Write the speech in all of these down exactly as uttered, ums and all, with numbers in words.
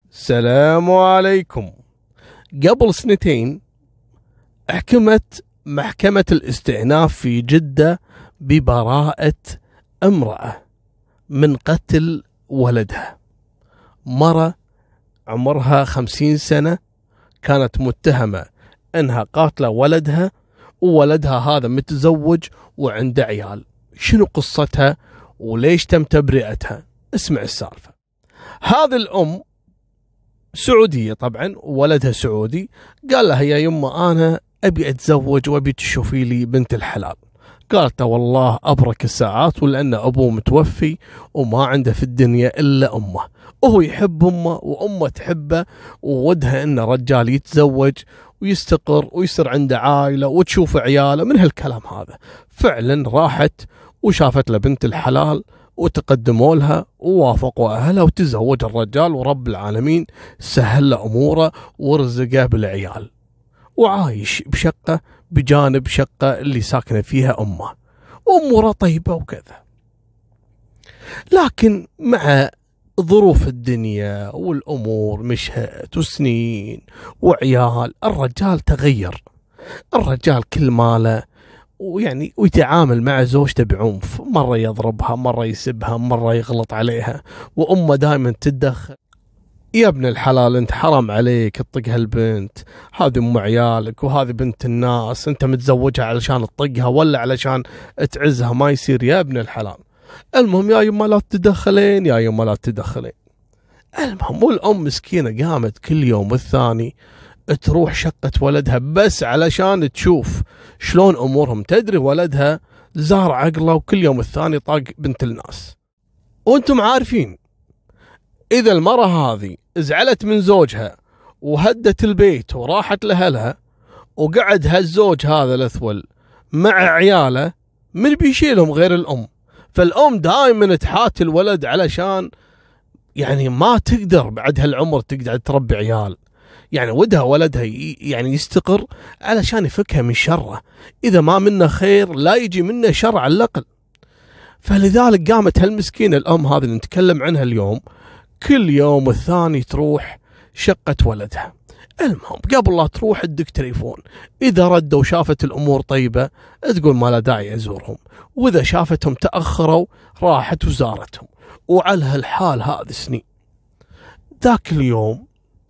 السلام عليكم. قبل سنتين حكمت محكمة الاستئناف في جدة ببراءة امرأة من قتل ولدها. مرة عمرها خمسين سنة كانت متهمة انها قاتلة ولدها، وولدها هذا متزوج وعنده عيال. شنو قصتها وليش تم تبرئتها؟ اسمع السالفة. هذه الأم سعودية طبعا وولدها سعودي. قال لها يا يمه أنا أبي أتزوج وأبي تشوفي لي بنت الحلال. قالت والله أبرك الساعات، ولأن أبوه متوفي وما عنده في الدنيا إلا أمه، وهو يحب أمه وأمه تحبه، وودها إنه رجال يتزوج ويستقر ويصير عنده عائلة وتشوف عياله من هالكلام هذا. فعلا راحت وشافت له بنت الحلال وتقدموا لها ووافقوا أهلها وتزوج الرجال، ورب العالمين سهل له أموره ورزقه بالعيال، وعايش بشقة بجانب شقة اللي ساكنة فيها أمه، وأموره طيبة وكذا. لكن مع ظروف الدنيا والأمور مشهت وسنين وعيال، الرجال تغير. الرجال كل ماله ويعني ويتعامل مع زوجته بعنف، مرة يضربها، مرة يسبها، مرة يغلط عليها، وأمه دائما تتدخل. يا ابن الحلال انت حرام عليك تطق هالبنت، هذه ام عيالك وهذه بنت الناس، انت متزوجها علشان تطقها ولا علشان تعزها؟ ما يصير يا ابن الحلال. المهم يا يما لا تتدخلين، يا يما لا تتدخلين. المهم والام مسكينة قامت كل يوم والثاني تروح شقة ولدها بس علشان تشوف شلون امورهم. تدري ولدها زار عقله وكل يوم الثاني طاق بنت الناس. وانتم عارفين اذا المرة هذه زعلت من زوجها وهدت البيت وراحت لأهلها وقعد هالزوج هذا الاثول مع عياله، من بيشيلهم غير الام؟ فالام دائما تحاتي الولد علشان يعني ما تقدر بعد هالعمر تقعد تربي عيال، يعني ودها ولدها يعني يستقر علشان يفكها من شره، إذا ما منه خير لا يجي منه شر على الأقل. فلذلك قامت هالمسكينة الأم هذه اللي نتكلم عنها اليوم كل يوم والثاني تروح شقة ولدها. المهم قبل لا تروح تدق تليفون، إذا ردوا وشافت الأمور طيبة تقول ما لا داعي أزورهم، وإذا شافتهم تأخروا راحت وزارتهم، وعلى هالحال هذه سنين. ذاك اليوم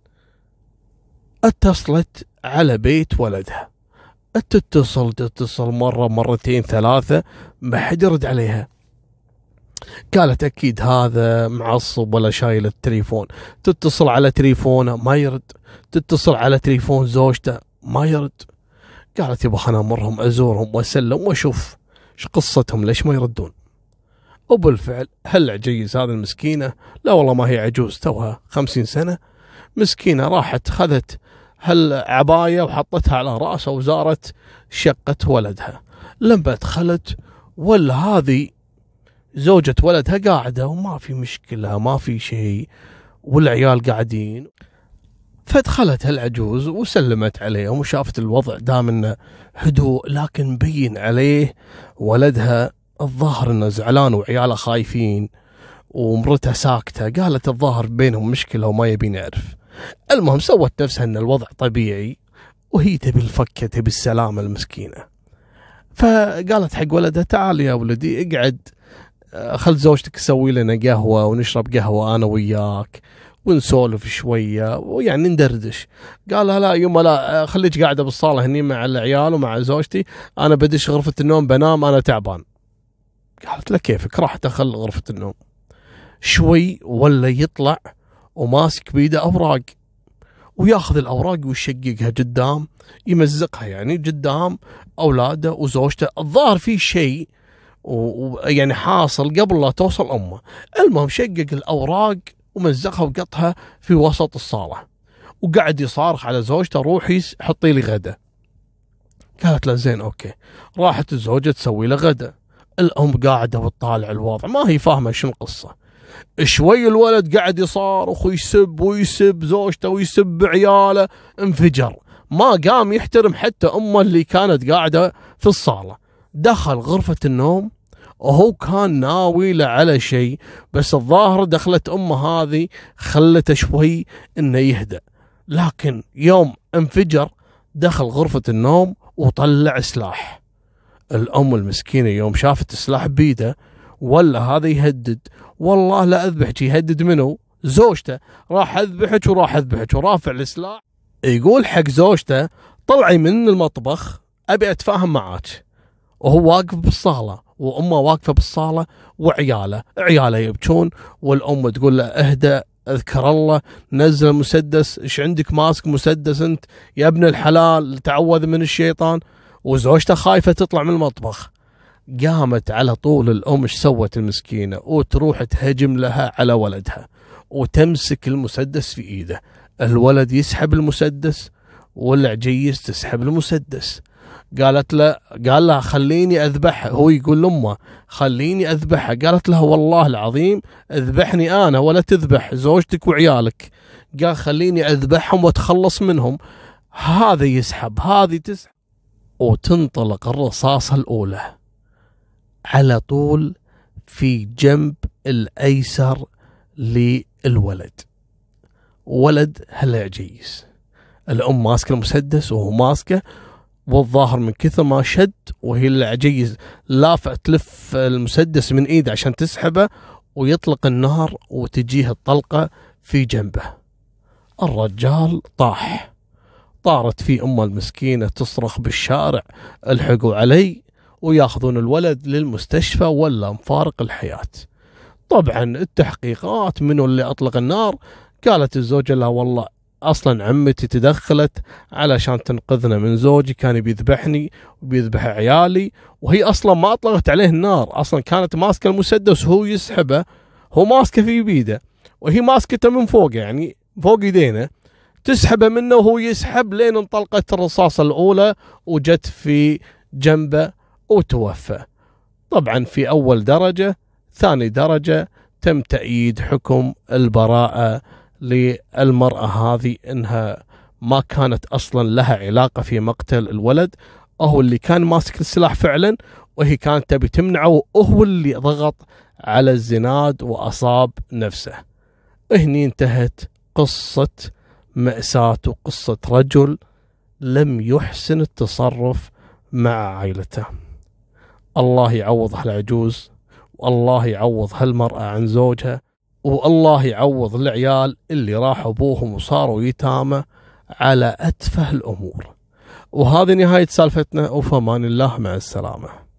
اتصلت على بيت ولدها، تتصل تتصل مرة مرتين ثلاثة ما حد يرد عليها. قالت أكيد هذا معصب ولا شايل التليفون. تتصل على تليفونه ما يرد، تتصل على تليفون زوجته ما يرد. قالت يبا أنا أمرهم أزورهم وأسلم وأشوف إيش قصتهم ليش ما يردون. وبالفعل هل عجيز هذا المسكينة، لا والله ما هي عجوز، توها خمسين سنة مسكينة، راحت خذت هالعباية وحطتها على رأسها وزارت شقة ولدها. لما دخلت ولا هذه زوجة ولدها قاعدة وما في مشكلة ما في شيء والعيال قاعدين. فدخلت هالعجوز وسلمت عليهم وشافت الوضع دام انه هدوء، لكن مبين عليه ولدها الظاهر انه زعلان وعياله خايفين ومرته ساكتة. قالت الظاهر بينهم مشكلة وما يبي نعرف. المهم سوت نفسها ان الوضع طبيعي وهي تبي الفكة تبي السلامة المسكينة. فقالت حق ولدها تعال يا ولدي اقعد، خل زوجتك تسوي لنا قهوة ونشرب قهوة أنا وياك ونسولف شوية ويعني ندردش. قال لها لا يما لا، خليك قاعدة بالصالة هني مع العيال ومع زوجتي، أنا بدش غرفة النوم بنام أنا تعبان. قالت له كيفك. راح دخل غرفة النوم شوي ولا يطلع وماسك بيده أوراق، وياخذ الأوراق ويشققها قدام، يمزقها يعني قدام أولاده وزوجته. الظاهر في شيء ويعني حاصل قبل لا توصل أمه. المهم شقق الأوراق ومزقها وقطها في وسط الصالة، وقعد يصارخ على زوجته روحي حطي لي غدا. قالت له زين أوكي. راحت الزوجة تسوي له غدا. الأم قاعدة وتطالع الوضع ما هي فاهمة شنو القصة. شوي الولد قاعد يصارخ ويسب ويسب زوجته ويسب عياله، انفجر ما قام يحترم حتى أمه اللي كانت قاعدة في الصالة. دخل غرفة النوم وهو كان ناوي له على شيء، بس الظاهر دخلت أمه هذه خلته شوي إنه يهدأ. لكن يوم انفجر دخل غرفة النوم وطلع سلاح. الأم المسكينة يوم شافت السلاح بيده ولا هذا يهدد، والله لا أذبحك. يهدد منه؟ زوجته. راح أذبحك وراح أذبحك، ورافع السلاح يقول حق زوجته طلعي من المطبخ أبي أتفاهم معاك. وهو واقف بالصالة وأمه واقفة بالصالة وعياله عياله يبكون، والأم تقول له اهدأ اذكر الله، نزل المسدس، ايش عندك ماسك مسدس انت يا ابن الحلال، تعوذ من الشيطان. وزوجته خايفة تطلع من المطبخ. قامت على طول الأم ايش سوت المسكينة، وتروح تهجم لها على ولدها وتمسك المسدس في ايده. الولد يسحب المسدس والعجيز تسحب المسدس. قالت له قال لها خليني اذبحها، هو يقول لامه خليني اذبحها. قالت له والله العظيم اذبحني انا ولا تذبح زوجتك وعيالك. قال خليني اذبحهم واتخلص منهم. هذا يسحب هذه تسحب، وتنطلق الرصاصة الاولى على طول في جنب الايسر للولد، ولد هالعجيز. الام ماسكه المسدس وهو ماسكه، والظاهر من كثر ما شد وهي العجيز لافة تلف المسدس من ايده عشان تسحبه ويطلق النار وتجيه الطلقة في جنبه. الرجال طاح، طارت في امه المسكينة تصرخ بالشارع الحقوا علي، وياخذون الولد للمستشفى ولا مفارق الحياة. طبعا التحقيقات منو اللي اطلق النار؟ قالت الزوجة لا والله اصلا عمتي تدخلت علشان تنقذنا من زوجي، كان بيذبحني وبيذبح عيالي، وهي اصلا ما اطلقت عليه النار، اصلا كانت ماسكه المسدس وهو يسحبه، هو ماسكه في بيده وهي ماسكته من فوق، يعني فوق يدينه، تسحبه منه وهو يسحب لين انطلقت الرصاصه الاولى وجت في جنبه وتوفى. طبعا في اول درجه، ثاني درجه تم تأييد حكم البراءه للمرأة هذه، انها ما كانت اصلا لها علاقة في مقتل الولد، هو اللي كان ماسك السلاح فعلا وهي كانت تبي تمنعه، وهو اللي ضغط على الزناد واصاب نفسه. هني انتهت قصة مأساة وقصة رجل لم يحسن التصرف مع عائلته. الله يعوض هالعجوز، والله يعوض هالمرأة عن زوجها، والله يعوض العيال اللي راحوا ابوهم وصاروا يتامى على اتفه الامور. وهذه نهاية سالفتنا، وفمان الله، مع السلامة.